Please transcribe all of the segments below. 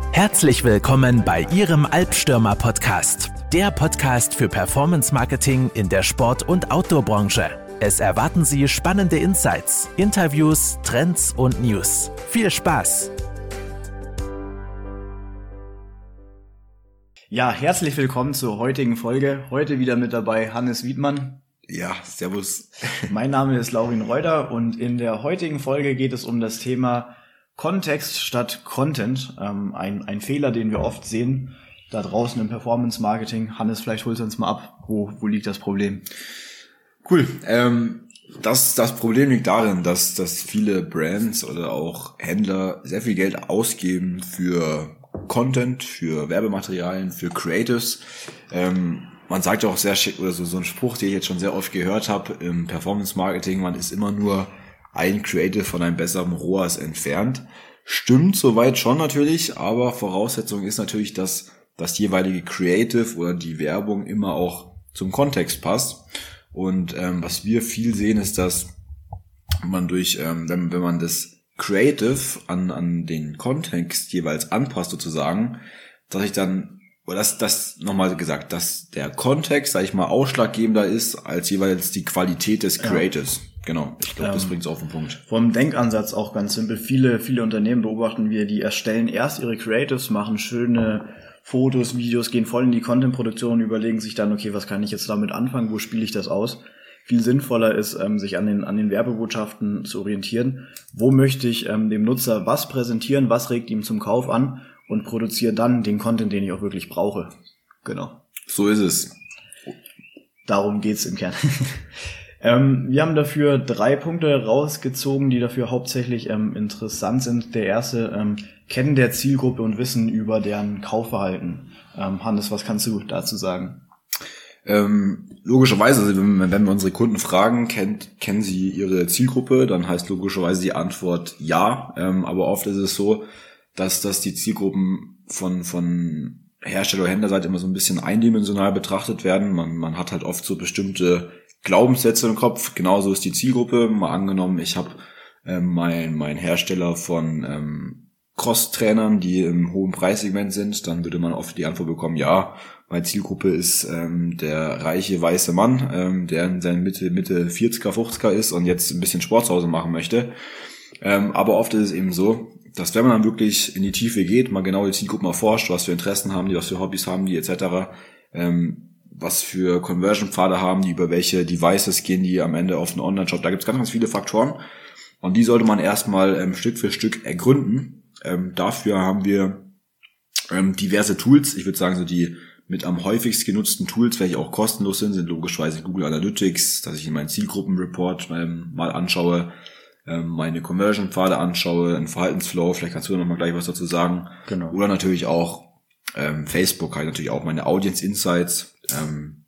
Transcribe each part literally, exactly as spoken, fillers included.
Herzlich willkommen bei Ihrem Alpstürmer-Podcast, der Podcast für Performance-Marketing in der Sport- und Outdoor-Branche. Es erwarten Sie spannende Insights, Interviews, Trends und News. Viel Spaß! Ja, herzlich willkommen zur heutigen Folge. Heute wieder mit dabei Hannes Wiedmann. Ja, servus. Mein Name ist Laurin Reuter und in der heutigen Folge geht es um das Thema Kontext statt Content. Ähm, ein, ein Fehler, den wir oft sehen da draußen im Performance-Marketing. Hannes, vielleicht holst du uns mal ab. Wo, wo liegt das Problem? Cool. Ähm, das, das Problem liegt darin, dass, dass viele Brands oder auch Händler sehr viel Geld ausgeben für Content, für Werbematerialien, für Creatives. Ähm, man sagt ja auch sehr schick, oder so, so ein Spruch, den ich jetzt schon sehr oft gehört habe im Performance-Marketing, man ist immer nur ein Creative von einem besseren R O A S entfernt. Stimmt soweit schon natürlich, aber Voraussetzung ist natürlich, dass das jeweilige Creative oder die Werbung immer auch zum Kontext passt. Und ähm, was wir viel sehen, ist, dass man durch, ähm, wenn, wenn man das Creative an, an den Kontext jeweils anpasst sozusagen, dass ich dann, oder das, das nochmal gesagt, dass der Kontext, sag ich mal, ausschlaggebender ist als jeweils die Qualität des Creatives. Ja. Genau, ich glaube, das ähm, bringt es auf den Punkt. Vom Denkansatz auch ganz simpel. Viele, viele Unternehmen beobachten wir, die erstellen erst ihre Creatives, machen schöne Fotos, Videos, gehen voll in die Content-Produktion und überlegen sich dann, okay, was kann ich jetzt damit anfangen, wo spiele ich das aus? Viel sinnvoller ist, ähm, sich an den, an den Werbebotschaften zu orientieren. Wo möchte ich ähm, dem Nutzer was präsentieren, was regt ihm zum Kauf an und produziere dann den Content, den ich auch wirklich brauche. Genau. So ist es. Darum geht's im Kern. Ähm, wir haben dafür drei Punkte rausgezogen, die dafür hauptsächlich ähm, interessant sind. Der erste, ähm, Kennen der Zielgruppe und Wissen über deren Kaufverhalten. Ähm, Hannes, was kannst du dazu sagen? Ähm, logischerweise, also wenn, wenn wir unsere Kunden fragen, kennt, kennen sie ihre Zielgruppe, dann heißt logischerweise die Antwort ja. Ähm, aber oft ist es so, dass, dass die Zielgruppen von, von Hersteller- oder Händlerseite immer so ein bisschen eindimensional betrachtet werden. Man, man hat halt oft so bestimmte Glaubenssätze im Kopf, genauso ist die Zielgruppe. Mal angenommen, ich habe ähm, mein, mein Hersteller von ähm, Cross-Trainern, die im hohen Preissegment sind, dann würde man oft die Antwort bekommen, ja, meine Zielgruppe ist ähm, der reiche weiße Mann, ähm, der in seinen Mitte, Mitte vierziger, fünfziger ist und jetzt ein bisschen Sport zu Hause machen möchte. Ähm, aber oft ist es eben so, dass wenn man dann wirklich in die Tiefe geht, mal genau die Zielgruppen erforscht, was für Interessen haben die, was für Hobbys haben die et cetera, ähm, was für Conversion-Pfade haben die, über welche Devices gehen die am Ende auf den Online-Shop. Da gibt es ganz, ganz viele Faktoren und die sollte man erstmal ähm, Stück für Stück ergründen. Ähm, dafür haben wir ähm, diverse Tools. Ich würde sagen, so die mit am häufigst genutzten Tools, welche auch kostenlos sind, sind logischerweise Google Analytics, dass ich in meinen Zielgruppenreport ähm, mal anschaue, ähm, meine Conversion-Pfade anschaue, einen Verhaltensflow, vielleicht kannst du da nochmal gleich was dazu sagen. Genau. Oder natürlich auch ähm, Facebook, halt natürlich auch meine Audience Insights, ähm,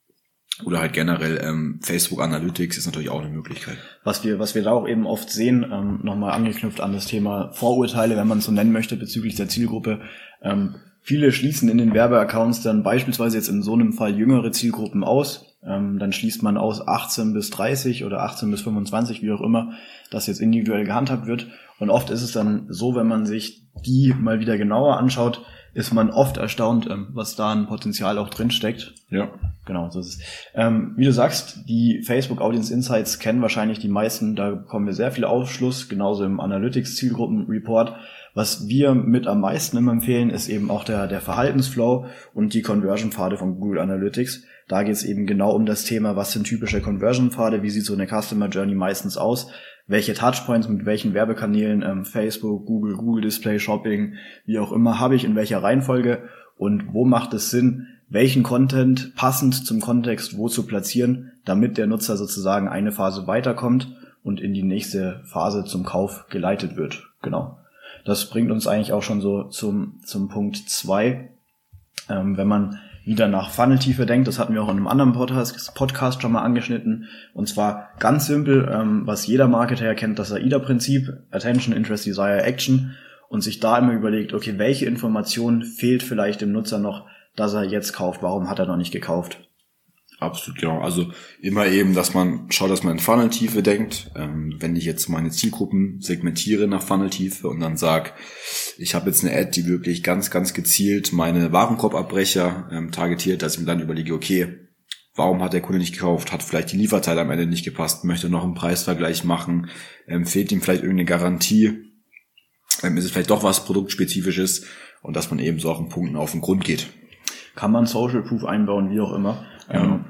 oder halt generell ähm, Facebook Analytics ist natürlich auch eine Möglichkeit. Was wir, was wir da auch eben oft sehen, ähm, nochmal angeknüpft an das Thema Vorurteile, wenn man es so nennen möchte, bezüglich der Zielgruppe. Ähm, viele schließen in den Werbeaccounts dann beispielsweise jetzt in so einem Fall jüngere Zielgruppen aus. Ähm, dann schließt man aus achtzehn bis dreißig oder achtzehn bis fünfundzwanzig, wie auch immer, das jetzt individuell gehandhabt wird. Und oft ist es dann so, wenn man sich die mal wieder genauer anschaut, ist man oft erstaunt, ähm, was da ein Potenzial auch drin steckt. Ja. Genau, so ist es. Ähm, wie du sagst, die Facebook Audience Insights kennen wahrscheinlich die meisten, da bekommen wir sehr viel Aufschluss, genauso im Analytics Zielgruppen Report. Was wir mit am meisten immer empfehlen, ist eben auch der, der Verhaltensflow und die Conversion-Pfade von Google Analytics. Da geht es eben genau um das Thema, was sind typische Conversion-Pfade, wie sieht so eine Customer Journey meistens aus, welche Touchpoints mit welchen Werbekanälen, ähm, Facebook, Google, Google Display, Shopping, wie auch immer, habe ich in welcher Reihenfolge und wo macht es Sinn, welchen Content passend zum Kontext wo zu platzieren, damit der Nutzer sozusagen eine Phase weiterkommt und in die nächste Phase zum Kauf geleitet wird. Genau. Das bringt uns eigentlich auch schon so zum zum Punkt zwei. Ähm, wenn man wieder nach Funneltiefe denkt, das hatten wir auch in einem anderen Podcast, Podcast schon mal angeschnitten, und zwar ganz simpel, ähm, was jeder Marketer kennt, das AIDA-Prinzip, Attention, Interest, Desire, Action, und sich da immer überlegt, okay, welche Information fehlt vielleicht dem Nutzer noch, dass er jetzt kauft, warum hat er noch nicht gekauft? Absolut, genau. Also immer eben, dass man schaut, dass man in Funnel-Tiefe denkt. Ähm, wenn ich jetzt meine Zielgruppen segmentiere nach Funnel-Tiefe und dann sage, ich habe jetzt eine Ad, die wirklich ganz, ganz gezielt meine Warenkorbabbrecher ähm, targetiert, dass ich mir dann überlege, okay, warum hat der Kunde nicht gekauft? Hat vielleicht die Lieferzeit am Ende nicht gepasst? Möchte noch einen Preisvergleich machen? Ähm, fehlt ihm vielleicht irgendeine Garantie? Ähm, ist es vielleicht doch was Produktspezifisches? Und dass man eben so auch in Punkten auf den Grund geht. Kann man Social Proof einbauen, wie auch immer. Ja. Ähm,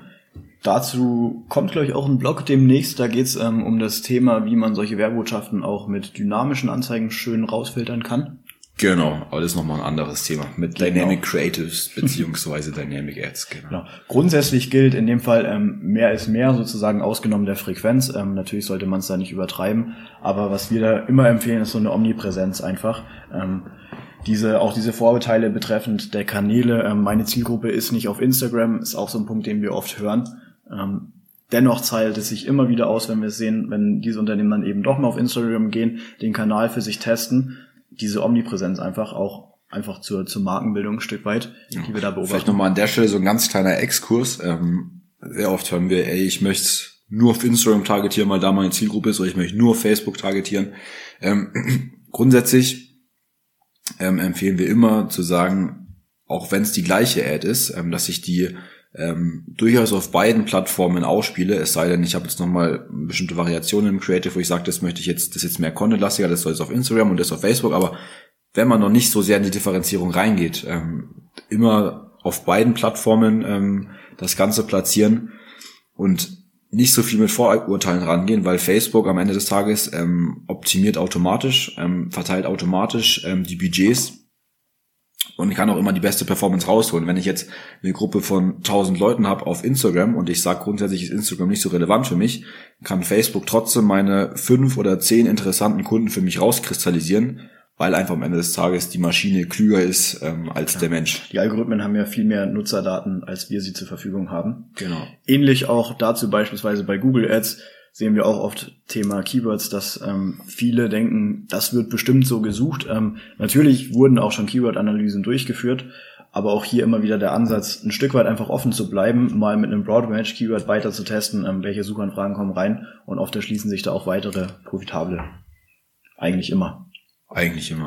dazu kommt, glaube ich, auch ein Blog demnächst. Da geht es ähm, um das Thema, wie man solche Werbotschaften auch mit dynamischen Anzeigen schön rausfiltern kann. Genau, aber das ist nochmal ein anderes Thema. Mit Genau. Dynamic Creatives beziehungsweise Dynamic Ads. Genau. Genau. Grundsätzlich gilt in dem Fall, ähm, mehr ist mehr, sozusagen ausgenommen der Frequenz. Ähm, natürlich sollte man es da nicht übertreiben. Aber was wir da immer empfehlen, ist so eine Omnipräsenz einfach. Ähm, Diese, auch diese Vorurteile betreffend der Kanäle, ähm, meine Zielgruppe ist nicht auf Instagram, ist auch so ein Punkt, den wir oft hören. Ähm, dennoch zahlt es sich immer wieder aus, wenn wir sehen, wenn diese Unternehmen dann eben doch mal auf Instagram gehen, den Kanal für sich testen, diese Omnipräsenz einfach auch einfach zur, zur Markenbildung ein Stück weit, Ja. die wir da beobachten. Vielleicht nochmal an der Stelle so ein ganz kleiner Exkurs. Ähm, sehr oft hören wir, ey, ich möchte nur auf Instagram targetieren, weil da meine Zielgruppe ist, oder ich möchte nur auf Facebook targetieren. Ähm, grundsätzlich Ähm, empfehlen wir immer zu sagen, auch wenn es die gleiche Ad ist, ähm, dass ich die ähm, durchaus auf beiden Plattformen ausspiele, es sei denn, ich habe jetzt nochmal bestimmte Variationen im Creative, wo ich sage, das möchte ich jetzt, das ist jetzt mehr Content-lastiger, das soll jetzt auf Instagram und das auf Facebook, aber wenn man noch nicht so sehr in die Differenzierung reingeht, ähm, immer auf beiden Plattformen ähm, das Ganze platzieren und nicht so viel mit Vorurteilen rangehen, weil Facebook am Ende des Tages ähm, optimiert automatisch, ähm, verteilt automatisch ähm, die Budgets und kann auch immer die beste Performance rausholen. Wenn ich jetzt eine Gruppe von tausend Leuten habe auf Instagram und ich sage grundsätzlich ist Instagram nicht so relevant für mich, kann Facebook trotzdem meine fünf oder zehn interessanten Kunden für mich rauskristallisieren, weil einfach am Ende des Tages die Maschine klüger ist ähm, als ja. der Mensch. Die Algorithmen haben ja viel mehr Nutzerdaten, als wir sie zur Verfügung haben. Genau. Ähnlich auch dazu beispielsweise bei Google Ads sehen wir auch oft Thema Keywords, dass ähm, viele denken, das wird bestimmt so gesucht. Ähm, natürlich wurden auch schon Keyword-Analysen durchgeführt, aber auch hier immer wieder der Ansatz, ein Stück weit einfach offen zu bleiben, mal mit einem Broad-Range-Keyword weiter zu testen, ähm, welche Suchanfragen kommen rein und oft erschließen sich da auch weitere profitable. Eigentlich immer. Eigentlich immer.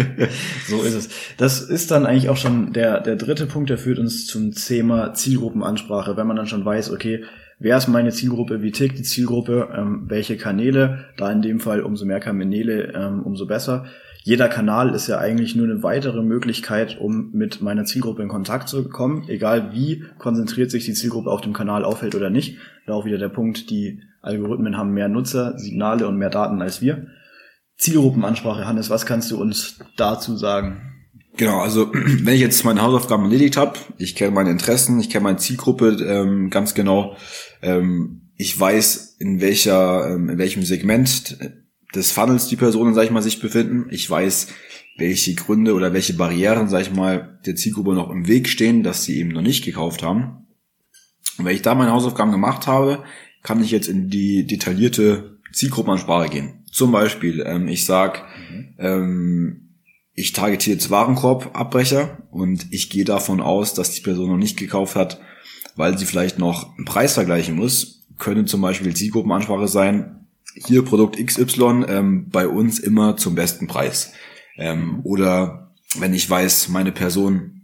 So ist es. Das ist dann eigentlich auch schon der der dritte Punkt, der führt uns zum Thema Zielgruppenansprache. Wenn man dann schon weiß, okay, wer ist meine Zielgruppe, wie tickt die Zielgruppe, ähm, welche Kanäle, da in dem Fall umso mehr Kanäle, ähm, umso besser. Jeder Kanal ist ja eigentlich nur eine weitere Möglichkeit, um mit meiner Zielgruppe in Kontakt zu kommen, egal wie konzentriert sich die Zielgruppe auf dem Kanal aufhält oder nicht. Da auch wieder der Punkt, die Algorithmen haben mehr Nutzer, Signale und mehr Daten als wir. Zielgruppenansprache, Hannes, was kannst du uns dazu sagen? Genau, also wenn ich jetzt meine Hausaufgaben erledigt habe, ich kenne meine Interessen, ich kenne meine Zielgruppe ähm, ganz genau, ähm, ich weiß, in welcher, ähm, in welchem Segment des Funnels die Personen, sag ich mal, sich befinden. Ich weiß, welche Gründe oder welche Barrieren, sag ich mal, der Zielgruppe noch im Weg stehen, dass sie eben noch nicht gekauft haben. Und wenn ich da meine Hausaufgaben gemacht habe, kann ich jetzt in die detaillierte Zielgruppenansprache gehen. Zum Beispiel, ähm, ich sag, mhm. ähm, ich targetiere jetzt Warenkorbabbrecher und ich gehe davon aus, dass die Person noch nicht gekauft hat, weil sie vielleicht noch einen Preis vergleichen muss. Könnte zum Beispiel Zielgruppenansprache sein, hier Produkt X Y, ähm, bei uns immer zum besten Preis. Ähm, oder wenn ich weiß, meine Person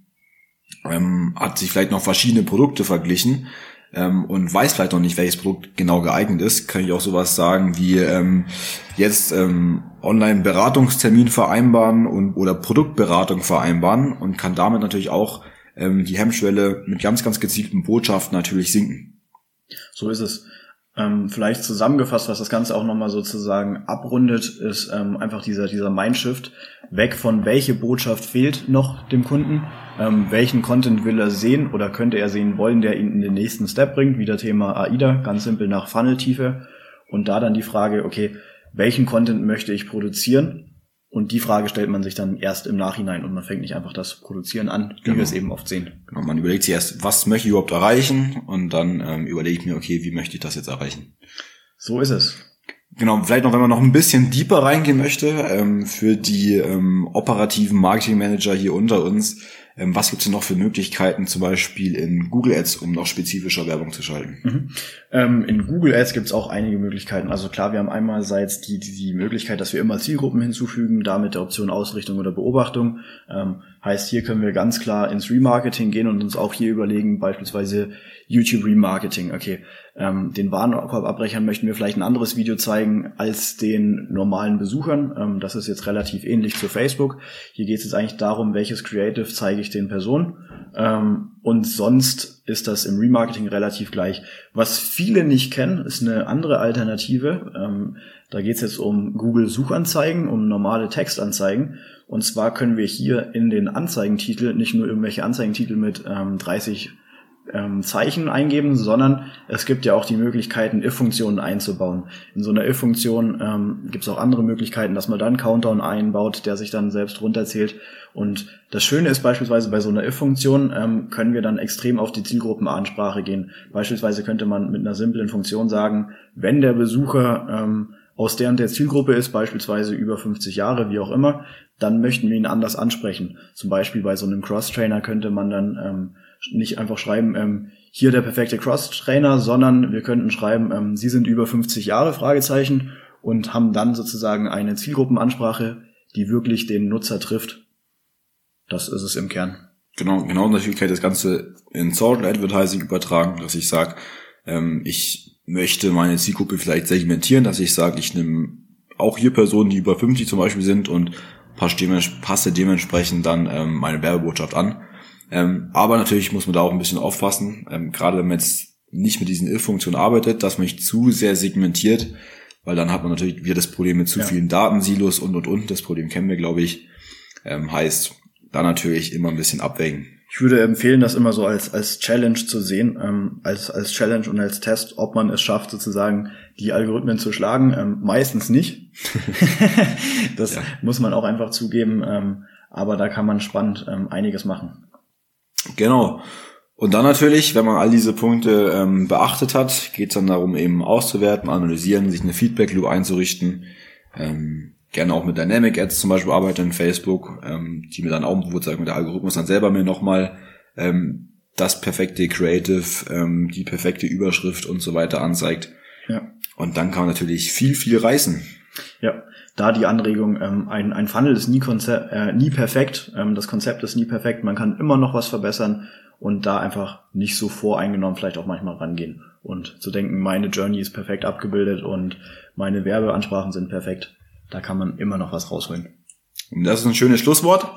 ähm, hat sich vielleicht noch verschiedene Produkte verglichen, Ähm, und weiß vielleicht noch nicht, welches Produkt genau geeignet ist, kann ich auch sowas sagen wie ähm, jetzt ähm, Online-Beratungstermin vereinbaren und oder Produktberatung vereinbaren und kann damit natürlich auch ähm, die Hemmschwelle mit ganz, ganz gezielten Botschaften natürlich sinken. So ist es. Ähm, vielleicht zusammengefasst, was das Ganze auch nochmal sozusagen abrundet, ist ähm, einfach dieser dieser Mindshift weg von welche Botschaft fehlt noch dem Kunden, ähm, welchen Content will er sehen oder könnte er sehen wollen, der ihn in den nächsten Step bringt, wieder Thema A I D A, ganz simpel nach Funnel-Tiefe und da dann die Frage, okay, welchen Content möchte ich produzieren? Und die Frage stellt man sich dann erst im Nachhinein und man fängt nicht einfach das Produzieren an, wie genau. wir es eben oft sehen. Genau, man überlegt sich erst, was möchte ich überhaupt erreichen und dann ähm, überlege ich mir, okay, wie möchte ich das jetzt erreichen? So ist es. Genau, vielleicht noch, wenn man noch ein bisschen deeper reingehen möchte, ähm, für die ähm, operativen Marketingmanager hier unter uns, Ähm, was gibt's denn noch für Möglichkeiten, zum Beispiel in Google Ads, um noch spezifischer Werbung zu schalten? Mhm. Ähm, in Google Ads gibt's auch einige Möglichkeiten. Also klar, wir haben einerseits die, die, die Möglichkeit, dass wir immer Zielgruppen hinzufügen, da mit der Option Ausrichtung oder Beobachtung. Ähm, heißt, hier können wir ganz klar ins Remarketing gehen und uns auch hier überlegen, beispielsweise YouTube Remarketing. Okay, ähm, den Warenkorbabbrechern möchten wir vielleicht ein anderes Video zeigen als den normalen Besuchern. Ähm, das ist jetzt relativ ähnlich zu Facebook. Hier geht es jetzt eigentlich darum, welches Creative zeige ich den Personen. Ähm, und sonst ist das im Remarketing relativ gleich. Was viele nicht kennen, ist eine andere Alternative. Ähm, da geht es jetzt um Google Suchanzeigen, um normale Textanzeigen. Und zwar können wir hier in den Anzeigentitel nicht nur irgendwelche Anzeigentitel mit ähm, dreißig ähm, Zeichen eingeben, sondern es gibt ja auch die Möglichkeiten, if-Funktionen einzubauen. In so einer if-Funktion ähm, gibt es auch andere Möglichkeiten, dass man dann Countdown einbaut, der sich dann selbst runterzählt. Und das Schöne ist beispielsweise bei so einer if-Funktion ähm, können wir dann extrem auf die Zielgruppenansprache gehen. Beispielsweise könnte man mit einer simplen Funktion sagen, wenn der Besucher ähm, aus der und der Zielgruppe ist, beispielsweise über fünfzig Jahre, wie auch immer, dann möchten wir ihn anders ansprechen. Zum Beispiel bei so einem Cross-Trainer könnte man dann ähm, nicht einfach schreiben, ähm, hier der perfekte Cross-Trainer, sondern wir könnten schreiben, ähm, Sie sind über fünfzig Jahre, Fragezeichen, und haben dann sozusagen eine Zielgruppenansprache, die wirklich den Nutzer trifft. Das ist es im Kern. Genau, genau, natürlich kann ich das Ganze in Social Advertising übertragen, dass ich sage, ähm, ich möchte meine Zielgruppe vielleicht segmentieren, dass ich sage, ich nehme auch hier Personen, die über fünfzig zum Beispiel sind und passe dementsprechend dann ähm, meine Werbebotschaft an. Ähm, aber natürlich muss man da auch ein bisschen aufpassen, ähm, gerade wenn man jetzt nicht mit diesen if-Funktionen arbeitet, dass man nicht zu sehr segmentiert, weil dann hat man natürlich wieder das Problem mit zu ja. vielen Datensilos und und und. Das Problem kennen wir, glaube ich. Ähm, heißt, da natürlich immer ein bisschen abwägen. Ich würde empfehlen, das immer so als als Challenge zu sehen, ähm, als als Challenge und als Test, ob man es schafft, sozusagen die Algorithmen zu schlagen. Ähm, meistens nicht. Das ja. muss man auch einfach zugeben. Ähm, aber da kann man spannend ähm, einiges machen. Genau. Und dann natürlich, wenn man all diese Punkte ähm, beachtet hat, geht es dann darum, eben auszuwerten, analysieren, sich eine Feedback-Loop einzurichten. Ähm, gerne auch mit Dynamic Ads zum Beispiel arbeiten in Facebook, ähm, die mir dann auch, wo sagen, der Algorithmus dann selber mir nochmal ähm, das perfekte Creative, ähm, die perfekte Überschrift und so weiter anzeigt. Ja. Und dann kann man natürlich viel, viel reißen. Ja, da die Anregung, ähm, ein, ein Funnel ist nie, Konzept, äh, nie perfekt, ähm, das Konzept ist nie perfekt, man kann immer noch was verbessern und da einfach nicht so voreingenommen vielleicht auch manchmal rangehen und zu denken, meine Journey ist perfekt abgebildet und meine Werbeansprachen sind perfekt, da kann man immer noch was rausholen. Und das ist ein schönes Schlusswort.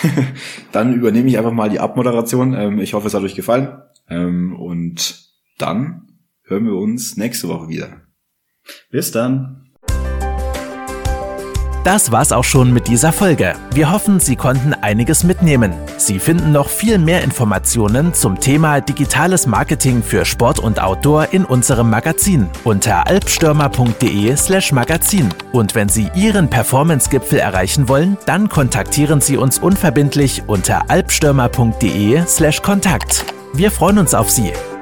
Dann übernehme ich einfach mal die Abmoderation. Ähm, ich hoffe, es hat euch gefallen. Ähm, und dann hören wir uns nächste Woche wieder. Bis dann. Das war's auch schon mit dieser Folge. Wir hoffen, Sie konnten einiges mitnehmen. Sie finden noch viel mehr Informationen zum Thema digitales Marketing für Sport und Outdoor in unserem Magazin unter alpstürmer punkt de slash magazin. Und wenn Sie Ihren Performance-Gipfel erreichen wollen, dann kontaktieren Sie uns unverbindlich unter alpstürmer punkt de slash kontakt. Wir freuen uns auf Sie.